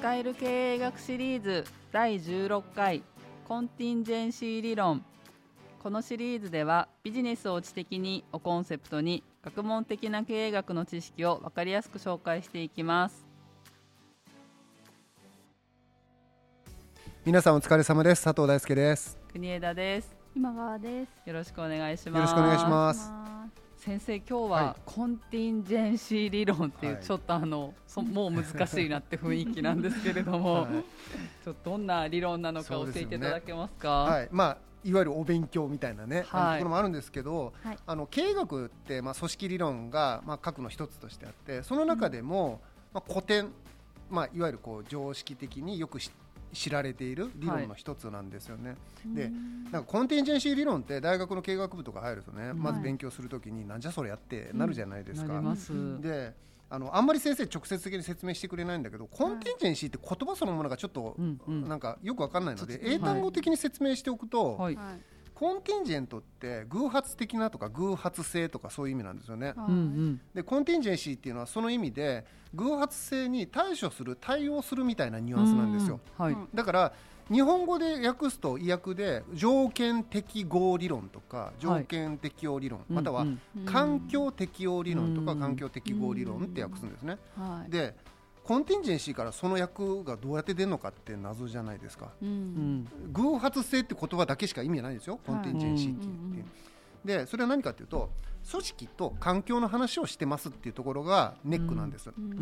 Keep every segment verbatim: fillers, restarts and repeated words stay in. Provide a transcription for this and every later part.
使える経営学シリーズだいじゅうろっかいコンティンジェンシー理論。このシリーズではビジネスを知的にをコンセプトに学問的な経営学の知識を分かりやすく紹介していきます。 皆さんお疲れ様です。佐藤大輔です。 国枝です。 今川です。 よろしくお願いします。 よろしくお願いします。 先生、今日はコンティンジェンシー理論っていう、はい、ちょっとあのそもう難しいなって雰囲気なんですけれども、はい、ちょっとどんな理論なのか教えていただけますか。 はい、まあいわゆるお勉強みたいなね、はい、ところもあるんですけど、はい、あの経営学って、まあ、組織理論が、まあ、核の一つとしてあって、その中でも、うんまあ、古典、まあ、いわゆるこう常識的によく知知られている理論の一つなんですよね、はい、でなんかコンティンジェンシー理論って大学の経営学部とか入るとね、はい、まず勉強するときになんじゃそれやってなるじゃないですか、うん、なります。であのあんまり先生直接的に説明してくれないんだけど、コンティンジェンシーって言葉そのものがちょっとなんかよく分かんないので、うんうん、英単語的に説明しておくと、はいはい、コンティンジェントって偶発的なとか偶発性とかそういう意味なんですよね、はい、でコンティンジェンシーっていうのはその意味で偶発性に対処する対応するみたいなニュアンスなんですよ、はい、だから日本語で訳すと意訳で条件適合理論とか条件適応理論、はい、または環境適応理論とか環境適合理論って訳すんですね、はい、でコンティンジェンシーからその訳がどうやって出るのかって謎じゃないですか、うん、偶発性って言葉だけしか意味ないんですよ、コンティンジェンシーっていう、はい、でそれは何かっていうと組織と環境の話をしてますっていうところがネックなんです、うんうん、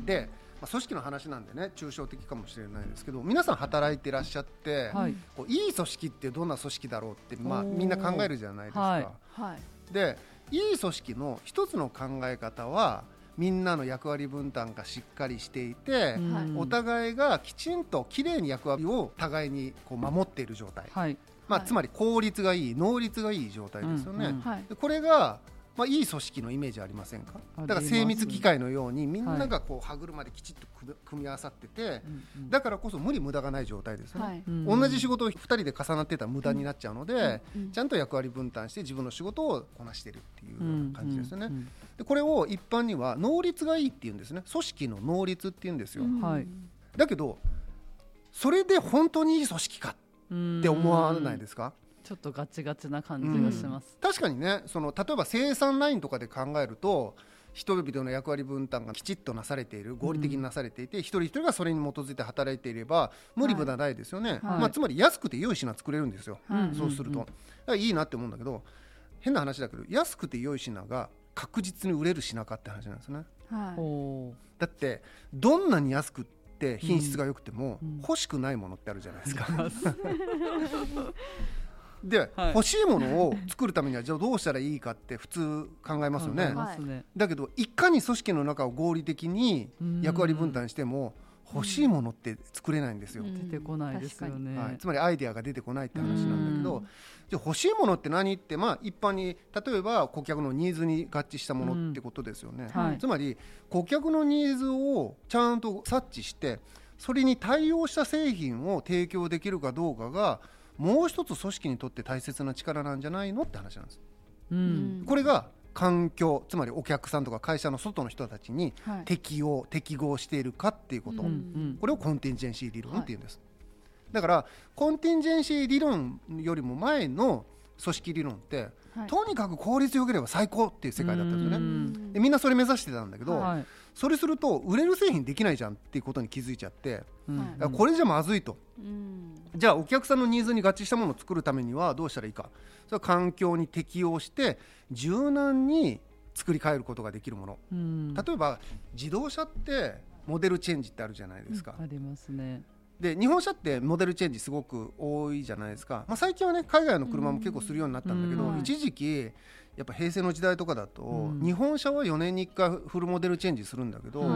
で、まあ、組織の話なんでね抽象的かもしれないですけど、皆さん働いてらっしゃって、はい、こういい組織ってどんな組織だろうって、まあ、みんな考えるじゃないですか、はいはい、でいい組織の一つの考え方はみんなの役割分担がしっかりしていて、はい、お互いがきちんときれいに役割を互いにこう守っている状態、はいまあ、つまり効率がいい能率がいい状態ですよね、うんうん、でこれが、まあ、いい組織のイメージありませんか。だから精密機械のようにみんながこう歯車できちっと組み合わさってて、はい、だからこそ無理無駄がない状態ですよね、はい、同じ仕事をふたりで重なってたら無駄になっちゃうので、うんうん、ちゃんと役割分担して自分の仕事をこなしているっていうような感じですよね、うんうんうん、でこれを一般には能率がいいっていうんですね。組織の能率っていうんですよ、うん、だけどそれで本当にいい組織かって思わないですか。 ちょっとガチガチな感じがします、 うん、確かにね、その例えば生産ラインとかで考えると人々の役割分担がきちっとなされている、合理的になされていて、うん、一人一人がそれに基づいて働いていれば無理無駄ないですよね、はいまあ、つまり安くて良い品作れるんですよ、はい、そうすると、うんうん、だからいいなって思うんだけど、変な話だけど安くて良い品が確実に売れる品かって話なんですね、はい、だってどんなに安くって品質が良くても欲しくないものってあるじゃないですか、うんで、はい、欲しいものを作るためにはじゃあどうしたらいいかって普通考えますよね、はい、だけどいかに組織の中を合理的に役割分担しても欲しいものって作れないんですよ、 出てこないですよね、 はい、つまりアイデアが出てこないって話なんだけど、じゃあ欲しいものって何って、まあ、一般に例えば顧客のニーズに合致したものってことですよね、はい、つまり顧客のニーズをちゃんと察知してそれに対応した製品を提供できるかどうかがもう一つ組織にとって大切な力なんじゃないのって話なんです、うん、これが環境、つまりお客さんとか会社の外の人たちに適応、はい、適合しているかっていうこと、うんうん、これをコンティンジェンシー理論っていうんです、はい、だからコンティンジェンシー理論よりも前の組織理論って、はい、とにかく効率よければ最高っていう世界だったんですよね。でみんなそれ目指してたんだけど、はい、それすると売れる製品できないじゃんっていうことに気づいちゃって、はい、これじゃまずいと、うん、じゃあお客さんのニーズに合致したものを作るためにはどうしたらいいか、それは環境に適応して柔軟に作り変えることができるもの、うん、例えば自動車ってモデルチェンジってあるじゃないですか、 うん、ありますね。 で日本車ってモデルチェンジすごく多いじゃないですか、まあ、最近はね海外の車も結構するようになったんだけど、うん、一時期やっぱ平成の時代とかだと、うん、日本車はよねんにいっかいフルモデルチェンジするんだけど、うん、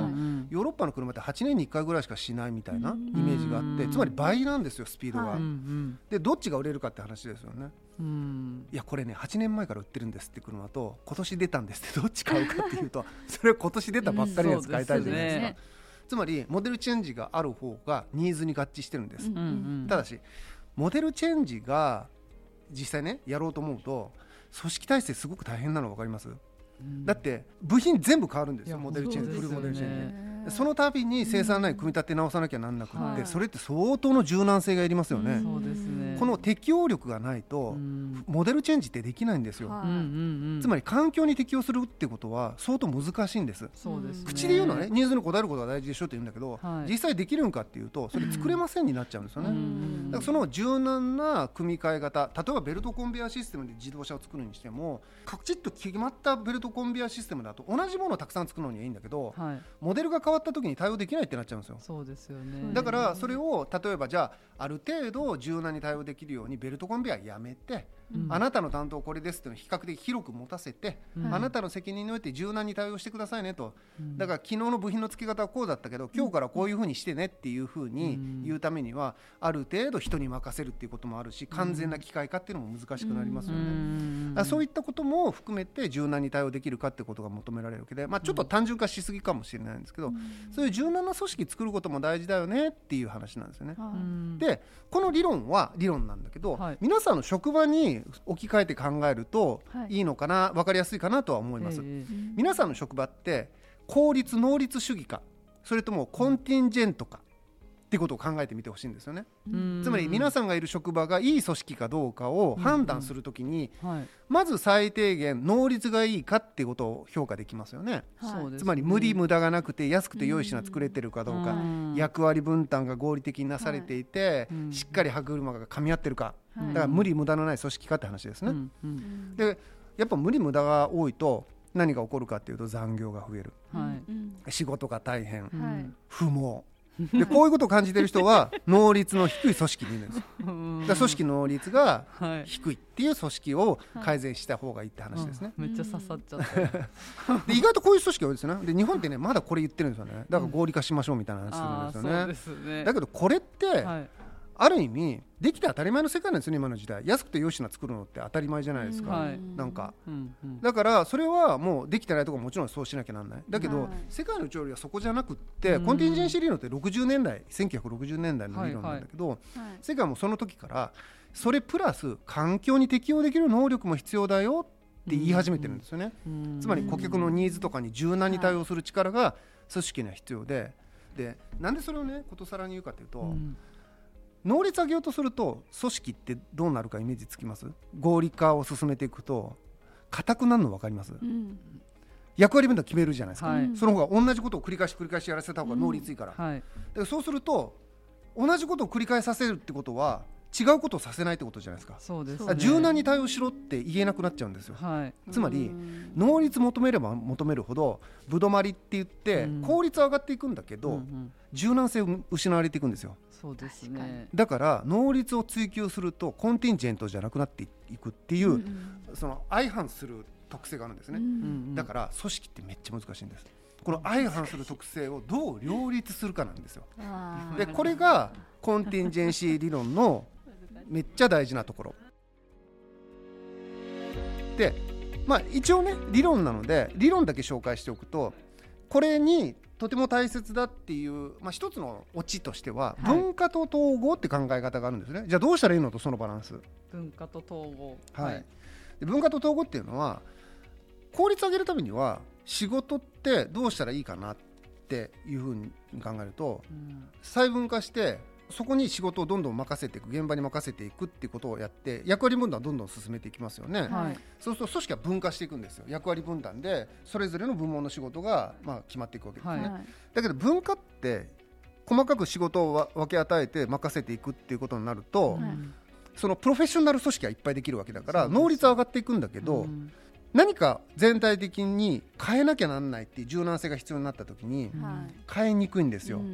ヨーロッパの車ってはちねんにいっかいぐらいしかしないみたいなイメージがあって、うん、つまり倍なんですよスピードが、はい、でどっちが売れるかって話ですよね、うん、いやこれねはちねんまえから売ってるんですって車と今年出たんですってどっち買うかっていうとそれは今年出たばっかりのやつ買いたいじゃないですか、うんそうですね。つまりモデルチェンジがある方がニーズに合致してるんです、うんうん、ただしモデルチェンジが実際ねやろうと思うと組織体制すごく大変なの分かります、うん、だって部品全部変わるんですよモデルチェンジ、フルモデルチェンジその度に生産ライン組み立て直さなきゃなんなくって、うん、それって相当の柔軟性がいりますよね、うん、 そうですね。 この適応力がないと、うん、モデルチェンジってできないんですよ、うん、つまり環境に適応するってことは相当難しいんです。 そうですね。 口で言うのはね、ニーズに応えることが大事でしょって言うんだけど、はい、実際できるんかっていうとそれ作れませんになっちゃうんですよね、うん、だからその柔軟な組み替え方、例えばベルトコンベヤーシステムで自動車を作るにしてもカチッと決まったベルトコンベヤーシステムだと同じものをたくさん作るのにはいいんだけど、はい、モデルが変わった時に対応できないってなっちゃうんですよ。 そうですよね。 だからそれを例えばじゃあある程度柔軟に対応できるようにベルトコンベヤーやめて、うん、あなたの担当これですっていうのを比較的広く持たせて、うん、あなたの責任において柔軟に対応してくださいねと、うん、だから昨日の部品の付け方はこうだったけど今日からこういう風にしてねっていう風に言うためにはある程度人に任せるっていうこともあるし、完全な機械化っていうのも難しくなりますよね、うん、だそういったことも含めて柔軟に対応できるかってことが求められるわけで、まあ、ちょっと単純化しすぎかもしれないんですけど、うん、そういう柔軟な組織作ることも大事だよねっていう話なんですよね、うん、でこの理論は理論なんだけど、はい、皆さんの職場に置き換えて考えるといいのかな、分かりやすいかなとは思います、えー、皆さんの職場って効率能率主義かそれともコンティンジェントかってことを考えてみてほしいんですよね。つまり皆さんがいる職場がいい組織かどうかを判断するときに、はい、まず最低限能率がいいかっていうことを評価できますよね、はい、つまり無理無駄がなくて安くて良い品作れてるかどうか、役割分担が合理的になされていて、はい、しっかり歯車が噛み合ってるか、はい、だから無理無駄のない組織かって話ですね、うんうん、でやっぱ無理無駄が多いと何が起こるかっていうと残業が増える、はい、仕事が大変、はい、不毛でこういうことを感じている人は能率の低い組織にいるんですよ。だから組織の能率が低いっていう組織を改善した方がいいって話ですね、 はいうん、めっちゃ刺さっちゃったで意外とこういう組織多いですよね。で日本ってねまだこれ言ってるんですよね。だから合理化しましょうみたいな話するんですよね、うん、そうですね。だけどこれって、はいある意味できて当たり前の世界なんですよね。今の時代安くて良い品作るのって当たり前じゃないですか、はい、なんか、うんうん、だからそれはもうできてないところももちろんそうしなきゃなんない。だけど、はい、世界の潮流はそこじゃなくって、うん、コンティンジェンシー理論ってろくじゅうねんだいせんきゅうひゃくろくじゅうねんだいの理論なんだけど、はいはい、世界もその時からそれプラス環境に適応できる能力も必要だよって言い始めてるんですよね、うんうん、つまり顧客のニーズとかに柔軟に対応する力が組織には必要で、でなんでそれをねことさらに言うかというと、うん能率上げようとすると組織ってどうなるかイメージつきます？合理化を進めていくと硬くなるの分かります、うん、役割分担決めるじゃないですか、はい、その方が同じことを繰り返し繰り返しやらせた方が能率いいから、うんはい、だからそうすると同じことを繰り返させるってことは違うことをさせないってことじゃないですか。 そうですね、 柔軟に対応しろって言えなくなっちゃうんですよ、はい、つまり能率求めれば求めるほどぶどまりって言って効率は上がっていくんだけど、うんうん、柔軟性を失われていくんですよ。 そうですね。 だから能率を追求するとコンティンジェントじゃなくなっていくっていう、うんうん、その相反する特性があるんですね、うんうん、だから組織ってめっちゃ難しいんです。この相反する特性をどう両立するかなんですよ。でこれがコンティンジェンシー理論のめっちゃ大事なところで、まあ、一応ね理論なので理論だけ紹介しておくと、これにとても大切だっていう、まあ、一つのオチとしては、はい、文化と統合って考え方があるんですね。じゃあどうしたらいいのとそのバランス。 文化と統合、 はいはい、で文化と統合っていうのは効率を上げるためには仕事ってどうしたらいいかなっていうふうに考えると、うん、細分化してそこに仕事をどんどん任せていく、現場に任せていくっていうことをやって役割分担をどんどん進めていきますよね、はい、そうすると組織は分化していくんですよ。役割分担でそれぞれの部門の仕事がまあ決まっていくわけですね、はい、だけど文化って細かく仕事を分け与えて任せていくっていうことになると、はい、そのプロフェッショナル組織がいっぱいできるわけだから能率は上がっていくんだけど、うん、何か全体的に変えなきゃなんないっていう柔軟性が必要になった時に変えにくいんですよ、うん、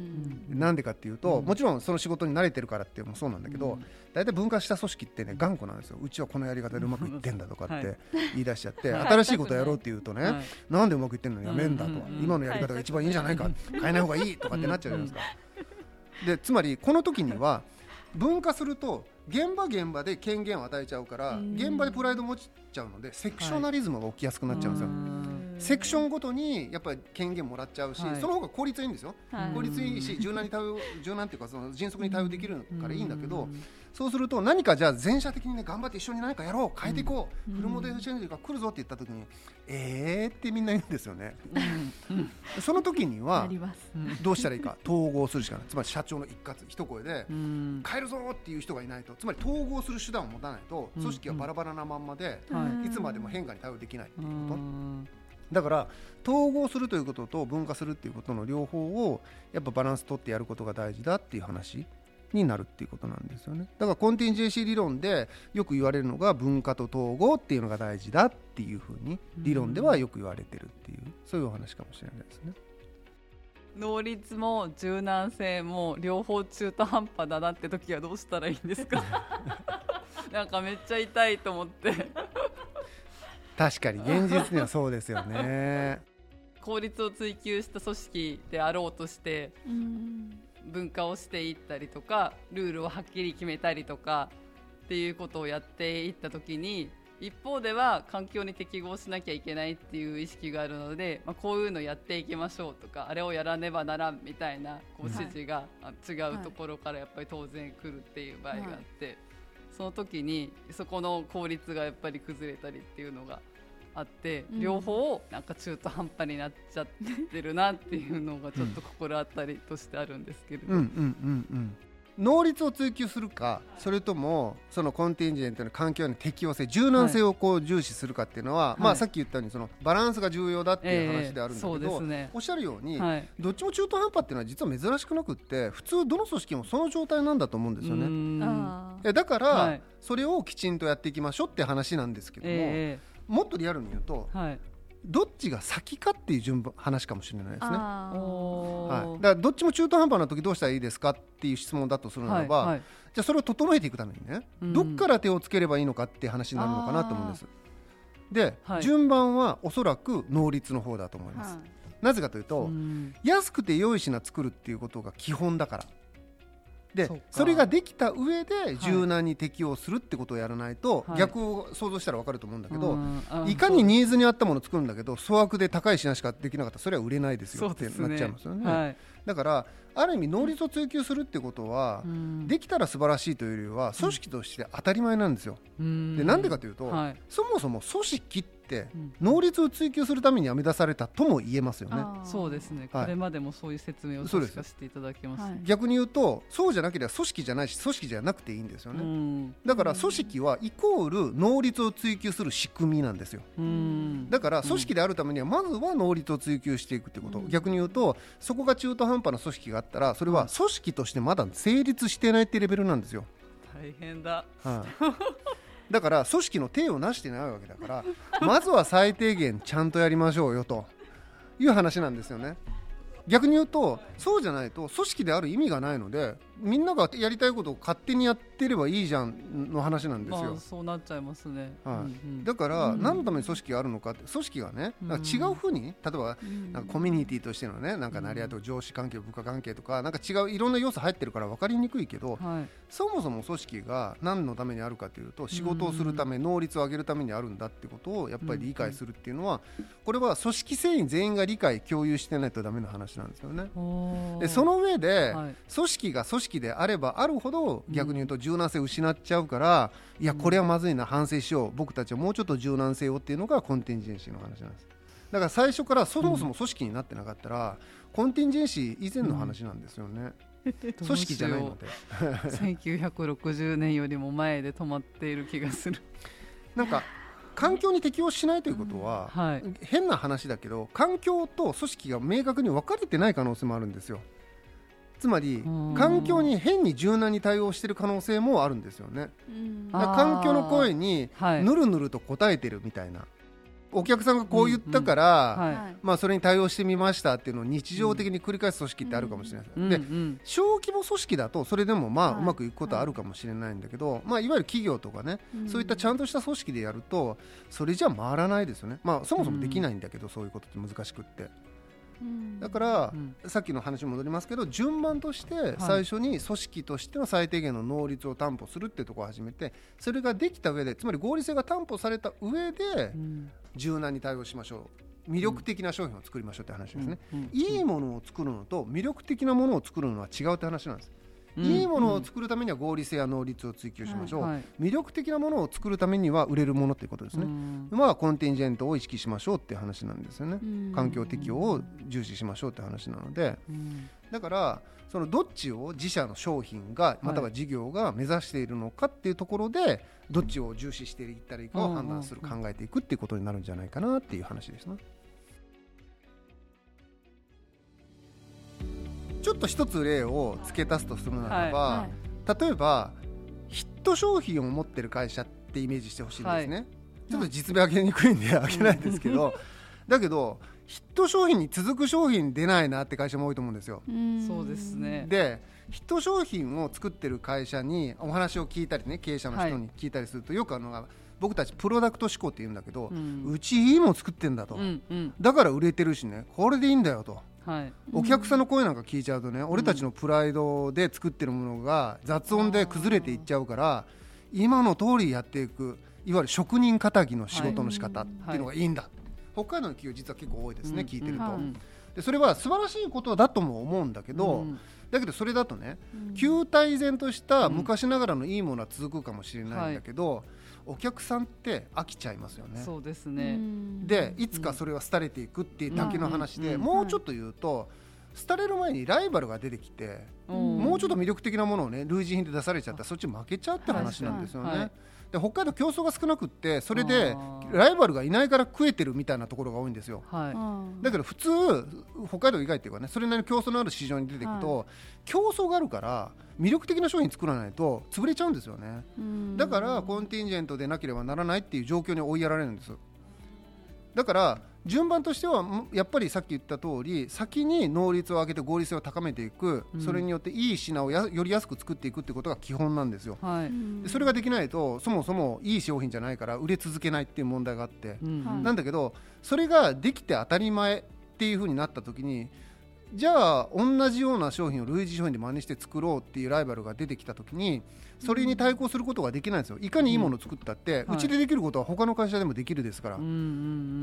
なんでかっていうと、うん、もちろんその仕事に慣れてるからっていうのもそうなんだけど、うん、大体分化した組織ってね頑固なんですよ。うちはこのやり方でうまくいってんだとかって言い出しちゃって、はい、新しいことやろうって言うとね、はい、なんでうまくいってんのにやめんだと、うんうんうん、今のやり方が一番いいんじゃないか、はい、変えない方がいいとかってなっちゃうじゃないですか、うん、でつまりこの時には分化すると現場現場で権限を与えちゃうから現場でプライド持ちちゃうのでセクショナリズムが起きやすくなっちゃうんですよ、はい、セクションごとにやっぱり権限もらっちゃうし、はい、その方が効率いいんですよ、はい、効率いいし柔軟に対応柔軟っていうかその迅速に対応できるからいいんだけど、そうすると何かじゃあ全社的にね頑張って一緒に何かやろう変えていこう、うん、フルモデルチェンジが来るぞって言った時にえーってみんな言うんですよね、ううん、その時にはどうしたらいいか、統合するしかない。つまり社長の一括一声で変えるぞっていう人がいないと、つまり統合する手段を持たないと組織はバラバラなまんまで、うん、いつまでも変化に対応できないっていうこと、うん、だから統合するということと分化するっていうことの両方をやっぱバランス取ってやることが大事だっていう話になるっていうことなんですよね。だからコンティンジェンシー理論でよく言われるのが分化と統合っていうのが大事だっていうふうに理論ではよく言われてるっていう、そういうお話かもしれないですね。 能率も柔軟性も両方中途半端だなって時はどうしたらいいんですかなんかめっちゃ痛いと思って確かに現実にはそうですよね効率を追求した組織であろうとして、うん分化をしていったりとかルールをはっきり決めたりとかっていうことをやっていった時に、一方では環境に適合しなきゃいけないっていう意識があるので、まあ、こういうのやっていきましょうとかあれをやらねばならんみたいなこう指示が違うところからやっぱり当然来るっていう場合があって、はい、その時にそこの効率がやっぱり崩れたりっていうのがあって、うん、両方なんか中途半端になっちゃってるなっていうのがちょっと心当たりとしてあるんですけれど、うんうんうんうん、能率を追求するか、それともそのコンティンジェントの環境の適応性、柔軟性をこう重視するかっていうのは、はいまあ、さっき言ったようにそのバランスが重要だっていう話であるんだけど、えーそうですね、おっしゃるように、はい、どっちも中途半端っていうのは実は珍しくなくって、普通どの組織もその状態なんだと思うんですよね。うんだから、はい、それをきちんとやっていきましょうって話なんですけども、えーもっとリアルに言うと、はい、どっちが先かっていう順番話かもしれないですね。はい、だからどっちも中途半端な時どうしたらいいですかっていう質問だとするならば、はいはい、じゃあそれを整えていくためにね、うん、どっから手をつければいいのかっていう話になるのかなと思うんです。で、はい、順番はおそらく能率の方だと思います、はい、なぜかというと、うん、安くて良い品作るっていうことが基本だから。で そ, それができた上で柔軟に適応するってことをやらないと、はい、逆を想像したら分かると思うんだけど、はい、いかにニーズに合ったものを作るんだけど粗悪で高い品しかできなかったらそれは売れないですよってなっちゃいますよね。はい、だからある意味能率を追求するってことは、うん、できたら素晴らしいというよりは組織として当たり前なんですよ。うん、でなんでかというと、はい、そもそも組織って能率を追求するために編み出されたとも言えますよね。 そうですね、はい、これまでもそういう説明をさせていただきます、はい、 逆に言うとそうじゃなければ組織じゃないし組織じゃなくていいんですよね。うん、だから組織はイコール能率を追求する仕組みなんですよ。うん、だから組織であるためにはまずは能率を追求していくってこと、うん、逆に言うとそこが中途半端な組織があったらそれは組織としてまだ成立してないってレベルなんですよ。 大変だ、 はい、だから組織の体をなしてないわけだからまずは最低限ちゃんとやりましょうよという話なんですよね。逆に言うとそうじゃないと組織である意味がないのでみんながやりたいことを勝手にやってればいいじゃんの話なんですよ。 まあ、そうなっちゃいますね、 はいうんうん、だから何のために組織があるのかって組織がねなんか違うふうに例えばなんかコミュニティとしてのねなんか成り合いとか上司関係部下関係とかなんか違ういろんな要素入ってるから分かりにくいけど、はい、そもそも組織が何のためにあるかというと仕事をするため能率を上げるためにあるんだってことをやっぱり理解するっていうのはこれは組織全員全員が理解共有してないとダメな話なんですよね。でその上で、はい、組織が組織であればあるほど逆に言うと柔軟性を失っちゃうから、うん、いやこれはまずいな反省しよう僕たちはもうちょっと柔軟性をっていうのがコンティンジェンシーの話なんです。だから最初からそもそも組織になってなかったら、うん、コンティンジェンシー以前の話なんですよね、うん、組織じゃないのでせんきゅうひゃくろくじゅうねんよりも前で止まっている気がする。 なんか環境に適応しないということは、うんはい、変な話だけど環境と組織が明確に分かれてない可能性もあるんですよ。つまり環境に変に柔軟に対応している可能性もあるんですよね。だから環境の声にぬるぬると答えてるみたいな、はい、お客さんがこう言ったから、うんうんはいまあ、それに対応してみましたっていうのを日常的に繰り返す組織ってあるかもしれないです、うん、で、うん、小規模組織だとそれでもまあうまくいくことはあるかもしれないんだけど、はいまあ、いわゆる企業とかね、うん、そういったちゃんとした組織でやるとそれじゃ回らないですよね。まあ、そもそもできないんだけど、うん、そういうことって難しくってだから、うん、さっきの話に戻りますけど順番として最初に組織としての最低限の能率を担保するっていうところを始めてそれができた上でつまり合理性が担保された上で柔軟に対応しましょう魅力的な商品を作りましょうって話ですね、うんうんうん、いいものを作るのと魅力的なものを作るのは違うって話なんです。 うん、いいものを作るためには合理性や能率を追求しましょう、はいはい、魅力的なものを作るためには売れるものということですね、うん、まあコンティンジェントを意識しましょうっていう話なんですよね、うん、環境適応を重視しましょうって話なので、うん、だからそのどっちを自社の商品がまたは事業が目指しているのかっていうところでどっちを重視していったらいいかを判断する、うん、考えていくっていうことになるんじゃないかなっていう話ですね。ちょっと一つ例を付け足すとするならば、はいはい、例えばヒット商品を持ってる会社ってイメージしてほしいんですね、はい、ちょっと実名上げにくいんで上げないですけどだけどヒット商品に続く商品出ないなって会社も多いと思うんですよ。 そうですね。 でヒット商品を作ってる会社にお話を聞いたりね、経営者の人に聞いたりすると、はい、よくあるのが僕たちプロダクト思考って言うんだけど、うん、うちいいもの作ってんだと、うんうん、だから売れてるしね、これでいいんだよと、はい、お客さんの声なんか聞いちゃうとね、うん、俺たちのプライドで作ってるものが雑音で崩れていっちゃうから、今の通りやっていく、いわゆる職人かたぎの仕事の仕方っていうのがいいんだ、はい、北海道の企業実は結構多いですね、うん、聞いてると、うん、でそれは素晴らしいことだとも思うんだけど、うん、だけどそれだとね、うん、旧態依然とした昔ながらのいいものは続くかもしれないんだけど、うん、はい、お客さんって飽きちゃいますよね。 そうですね。 でいつかそれは廃れていくっていうだけの話で、うん、もうちょっと言うと、廃れる前にライバルが出てきて、うん、もうちょっと魅力的なものをね類似品で出されちゃったらそっち負けちゃうって話なんですよね、はいはい、で北海道競争が少なくって、それでライバルがいないから食えてるみたいなところが多いんですよ、はい、だけど普通北海道以外っていうかね、それなりに競争のある市場に出ていくと、はい、競争があるから魅力的な商品作らないと潰れちゃうんですよね。だからコンティンジェントでなければならないっていう状況に追いやられるんです。だから順番としてはやっぱりさっき言った通り、先に能率を上げて合理性を高めていく、うん、それによっていい品をやより安く作っていくってことが基本なんですよ、はい、でそれができないとそもそもいい商品じゃないから売れ続けないっていう問題があって、うん、なんだけどそれができて当たり前っていう風になった時に、じゃあ同じような商品を類似商品で真似して作ろうっていうライバルが出てきた時に、それに対抗することができないんですよ。いかにいいものを作ったって、うん、うちでできることは他の会社でもできるですから、はい、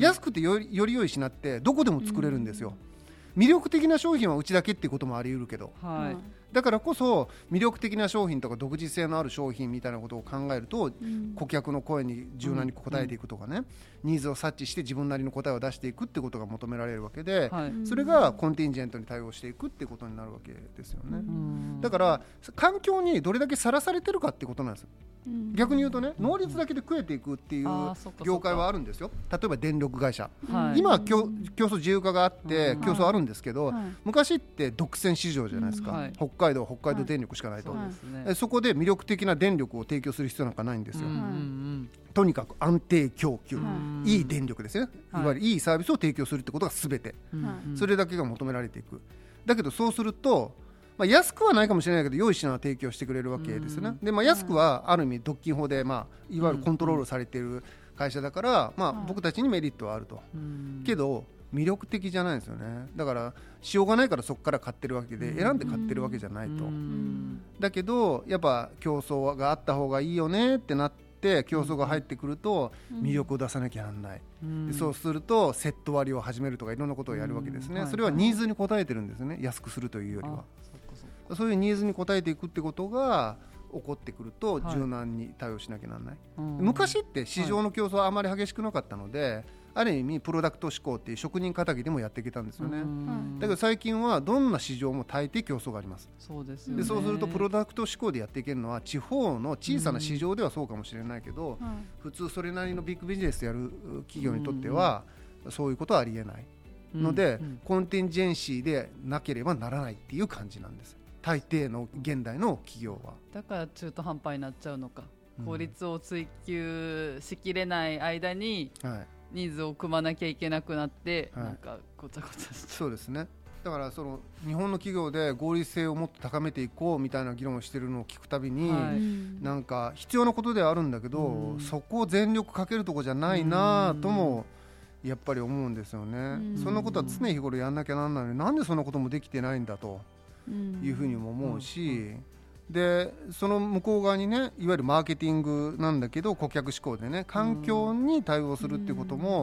安くてより、より良い品ってどこでも作れるんですよ、うん、魅力的な商品はうちだけっていうこともあり得るけど、はい、だからこそ魅力的な商品とか独自性のある商品みたいなことを考えると、うん、顧客の声に柔軟に応えていくとかね、うん、ニーズを察知して自分なりの答えを出していくってことが求められるわけで、はい、それがコンティンジェントに対応していくってことになるわけですよね、うん、だから環境にどれだけさらされてるかってことなんです。逆に言うとね、能率だけで食えていくっていう業界はあるんですよ。例えば電力会社、はい、今は競争自由化があって競争あるんですけど、はい、昔って独占市場じゃないですか、はい、北海道北海道電力しかないと、はい、そ, ね、そこで魅力的な電力を提供する必要なんかないんですよ、はい、とにかく安定供給、はい、いい電力ですね、はい、いわゆるいいサービスを提供するってことが全て、はい、それだけが求められていく。だけどそうするとまあ、安くはないかもしれないけど良い品を提供してくれるわけですね。で、まあ、安くはある意味独禁法で、まあ、いわゆるコントロールされている会社だから、まあ、僕たちにメリットはあると。けど魅力的じゃないんですよね。だからしようがないからそこから買ってるわけで選んで買ってるわけじゃないと。だけどやっぱ競争があった方がいいよねってなって競争が入ってくると魅力を出さなきゃなんない、でそうするとセット割を始めるとかいろんなことをやるわけですね。それはニーズに応えてるんですね、安くするというよりは。そういうニーズに応えていくってことが起こってくると柔軟に対応しなきゃならない、はい、昔って市場の競争はあまり激しくなかったので、はい、ある意味プロダクト思考っていう職人かたぎでもやってきたんですよね。だけど最近はどんな市場も大抵競争があります。そうですよね。でそうするとプロダクト思考でやっていけるのは地方の小さな市場ではそうかもしれないけど、うん、普通それなりのビッグビジネスやる企業にとってはそういうことはありえないので、うんうん、コンティンジェンシーでなければならないっていう感じなんです。大抵の現代の企業は。だから中途半端になっちゃうのか、うん、効率を追求しきれない間にニーズを組まなきゃいけなくなって、はい、なんかごちゃごちゃして、そうですね。だからその日本の企業で合理性をもっと高めていこうみたいな議論をしているのを聞くたびに、はい、なんか必要なことではあるんだけど、うん、そこを全力かけるとこじゃないなともやっぱり思うんですよね、うん、そんなことは常日頃やんなきゃなんないのになんでそんなこともできてないんだというふうにも思うし、うん、でその向こう側にねいわゆるマーケティングなんだけど顧客志向でね環境に対応するっていうことも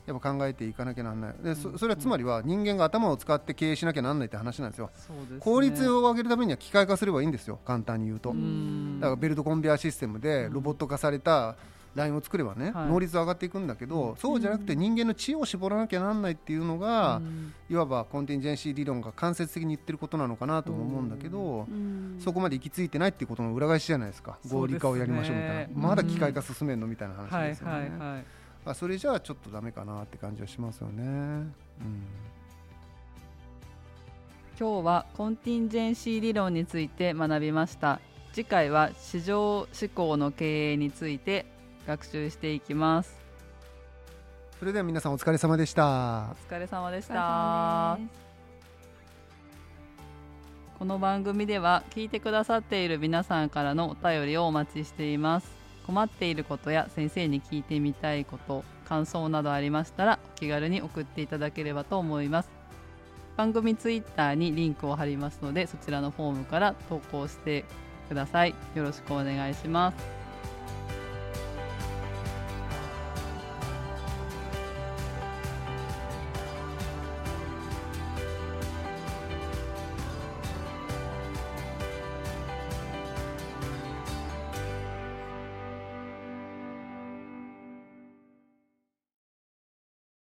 やっぱ考えていかなきゃなんないで、うん、そ, それはつまりは人間が頭を使って経営しなきゃなんないって話なんですよ。 そうですね、 効率を上げるためには機械化すればいいんですよ、簡単に言うと。だからベルトコンベアシステムでロボット化されたラインを作ればね、うん、能率上がっていくんだけど、はい、そうじゃなくて人間の知恵を絞らなきゃなんないっていうのが、うん、いわばコンティンジェンシー理論が間接的に言ってることなのかなとも思うんだけど、うん、そこまで行き着いてないっていうことの裏返しじゃないですか。合理化をやりましょうみたいな、まだ機械化進めるのみたいな話ですよね、はいはいはい、まあ、それじゃあちょっとダメかなって感じはしますよね、うん、 今日はコンティンジェンシー理論について学びました。次回は市場志向の経営について学習していきます。 それでは皆さんお疲れ様でした。 お疲れ様でした。この番組では聞いてくださっている皆さんからのお便りをお待ちしています。困っていることや先生に聞いてみたいこと、感想などありましたらお気軽に送っていただければと思います。番組ツイッターにリンクを貼りますので、そちらのフォームから投稿してください。よろしくお願いします。